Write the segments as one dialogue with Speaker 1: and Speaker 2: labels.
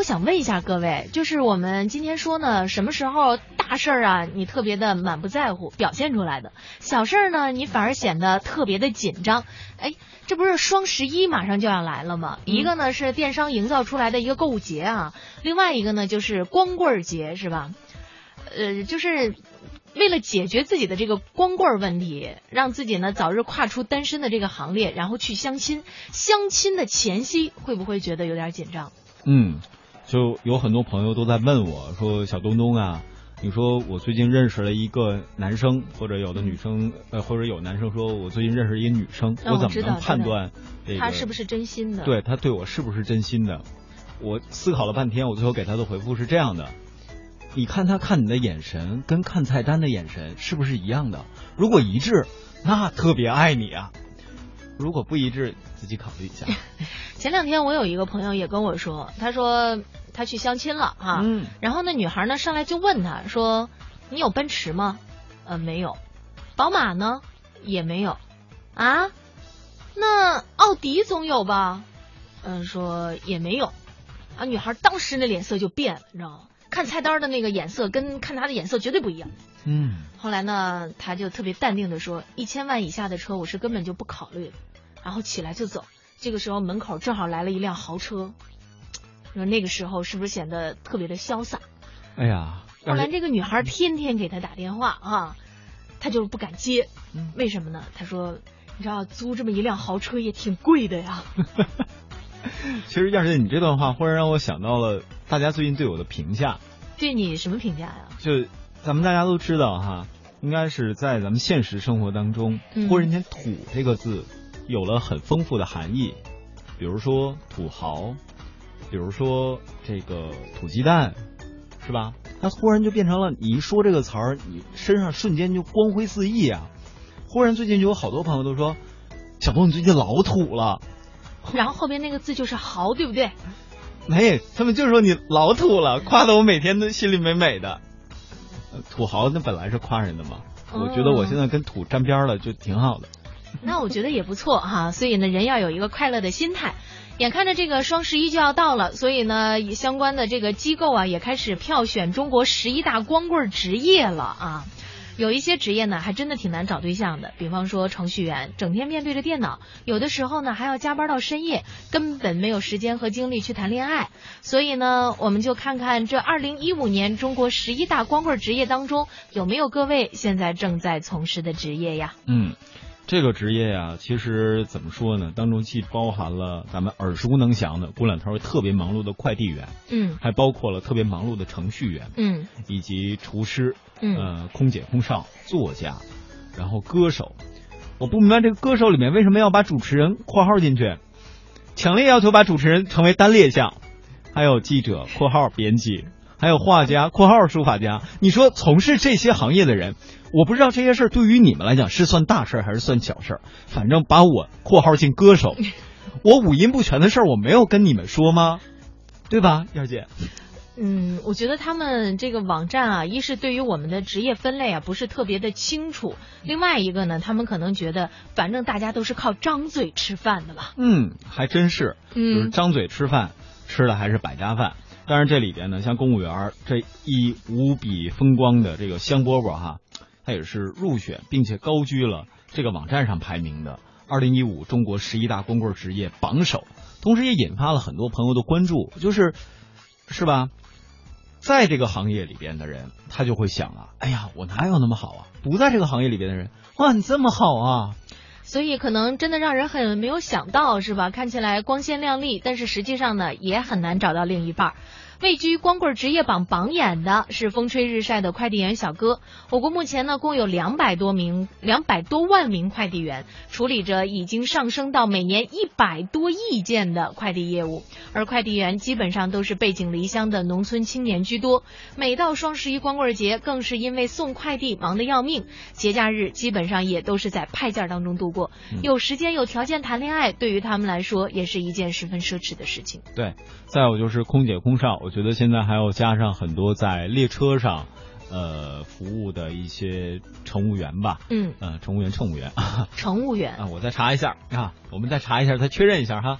Speaker 1: 我想问一下各位，就是我们今天说呢，什么时候大事儿啊，你特别的满不在乎，表现出来的；小事儿呢，你反而显得特别的紧张。哎，这不是双11马上就要来了吗？一个呢是电商营造出来的一个购物节啊，另外一个呢就是光棍节，是吧？就是为了解决自己的这个光棍问题，让自己呢早日跨出单身的这个行列，然后去相亲。相亲的前夕会不会觉得有点紧张？
Speaker 2: 就有很多朋友都在问我说，小东东啊，你说我最近认识了一个男生，或者有的女生或者有男生说我最近认识一个女生，我怎么能判断
Speaker 1: 他是不是真心的？
Speaker 2: 对，他对我是不是真心的？我思考了半天，我最后给他的回复是这样的：你看他看你的眼神跟看菜单的眼神是不是一样的？如果一致，那特别爱你啊；如果不一致，自己考虑一下。
Speaker 1: 前两天我有一个朋友也跟我说，他说他去相亲了哈，然后那女孩呢上来就问他说：“你有奔驰吗？”没有。宝马呢？也没有。啊？那奥迪总有吧？说也没有。啊，女孩当时那脸色就变了，你知道吗？看菜单的那个眼色跟看他的眼色绝对不一样。后来呢，他就特别淡定的说：“1000万以下的车我是根本就不考虑的。”然后起来就走。这个时候门口正好来了一辆豪车，那个时候是不是显得特别的潇洒？
Speaker 2: 哎呀，
Speaker 1: 后来这个女孩天天给他打电话啊，他就不敢接。为什么呢？他说：“你知道租这么一辆豪车也挺贵的呀。”
Speaker 2: 其实燕姐，你这段话忽然让我想到了大家最近对我的评价。
Speaker 1: 对你什么评价呀？
Speaker 2: 就咱们大家都知道哈，应该是在咱们现实生活当中，忽然间土这个字有了很丰富的含义，比如说土豪，比如说这个土鸡蛋，是吧？它忽然就变成了你一说这个词儿，你身上瞬间就光辉四溢啊！忽然最近就有好多朋友都说，小东你最近老土了，
Speaker 1: 然后后边那个字就是豪，对不对？
Speaker 2: 没，他们就说你老土了，夸得我每天都心里美美的。土豪那本来是夸人的嘛，我觉得我现在跟土沾边了，就挺好的。
Speaker 1: 那我觉得也不错哈，所以呢，人要有一个快乐的心态。眼看着这个双11就要到了，所以呢，相关的这个机构啊，也开始票选中国11大光棍职业了啊。有一些职业呢，还真的挺难找对象的，比方说程序员，整天面对着电脑，有的时候呢还要加班到深夜，根本没有时间和精力去谈恋爱。所以呢，我们就看看这2015年中国11大光棍职业当中，有没有各位现在正在从事的职业呀？
Speaker 2: 这个职业呀，其实怎么说呢？当中既包含了咱们耳熟能详的过两头特别忙碌的快递员，还包括了特别忙碌的程序员，以及厨师，空姐、空少、作家，然后歌手。我不明白这个歌手里面为什么要把主持人括号进去，强烈要求把主持人成为单列项，还有记者括号编辑，还有画家括号书法家。你说从事这些行业的人，我不知道这些事儿对于你们来讲是算大事还是算小事儿，反正把我括号进歌手，我五音不全的事儿我没有跟你们说吗？对吧，燕姐？
Speaker 1: 我觉得他们这个网站啊，一是对于我们的职业分类啊不是特别的清楚，另外一个呢，他们可能觉得反正大家都是靠张嘴吃饭的吧。
Speaker 2: 还真是，就是张嘴吃饭，吃的还是百家饭。当然这里边呢，像公务员这一无比风光的这个香饽饽哈，它也是入选并且高居了这个网站上排名的2015中国11大光棍职业榜首，同时也引发了很多朋友的关注，是吧？在这个行业里边的人，他就会想啊，哎呀，我哪有那么好啊？不在这个行业里边的人，哇，你这么好啊！
Speaker 1: 所以可能真的让人很没有想到，是吧？看起来光鲜亮丽，但是实际上呢，也很难找到另一半。位居光棍职业榜榜眼的是风吹日晒的快递员小哥。我国目前呢，共有200多万名快递员，处理着已经上升到每年100多亿件的快递业务。而快递员基本上都是背井离乡的农村青年居多。每到双11光棍节，更是因为送快递忙得要命，节假日基本上也都是在派件当中度过。有时间有条件谈恋爱，对于他们来说也是一件十分奢侈的事情。
Speaker 2: 对，再有就是空姐空少，我觉得现在还要加上很多在列车上服务的一些乘务员吧。乘务员
Speaker 1: 乘务员
Speaker 2: 我再查一下啊，我们再查一下，再确认一下哈。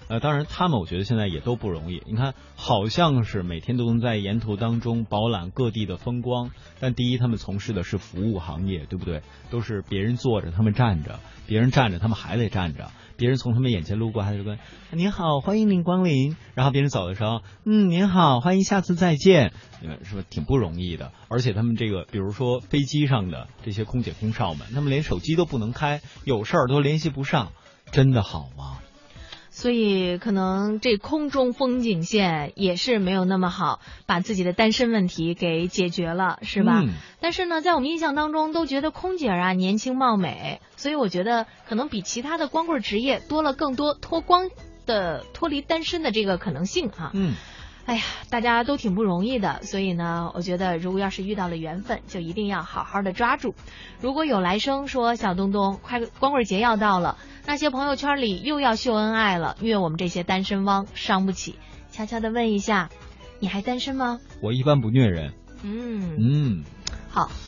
Speaker 2: 当然他们我觉得现在也都不容易。你看，好像是每天都能在沿途当中饱览各地的风光，但第一，他们从事的是服务行业，对不对？都是别人坐着，他们站着；别人站着，他们还得站着。别人从他们眼前路过，还是跟您好，欢迎您光临。然后别人走的时候，您好，欢迎下次再见，是不是挺不容易的？而且他们这个，比如说飞机上的这些空姐空少们，他们连手机都不能开，有事儿都联系不上，真的好吗？
Speaker 1: 所以可能这空中风景线也是没有那么好，把自己的单身问题给解决了，是吧？但是呢，在我们印象当中都觉得空姐啊年轻貌美，所以我觉得可能比其他的光棍职业多了更多脱离单身的这个可能性啊。哎呀，大家都挺不容易的，所以呢，我觉得如果要是遇到了缘分，就一定要好好的抓住。如果有来生说小东东，快光棍节要到了，那些朋友圈里又要秀恩爱了，虐我们这些单身汪伤不起。悄悄的问一下，你还单身吗？
Speaker 2: 我一般不虐人。
Speaker 1: 好。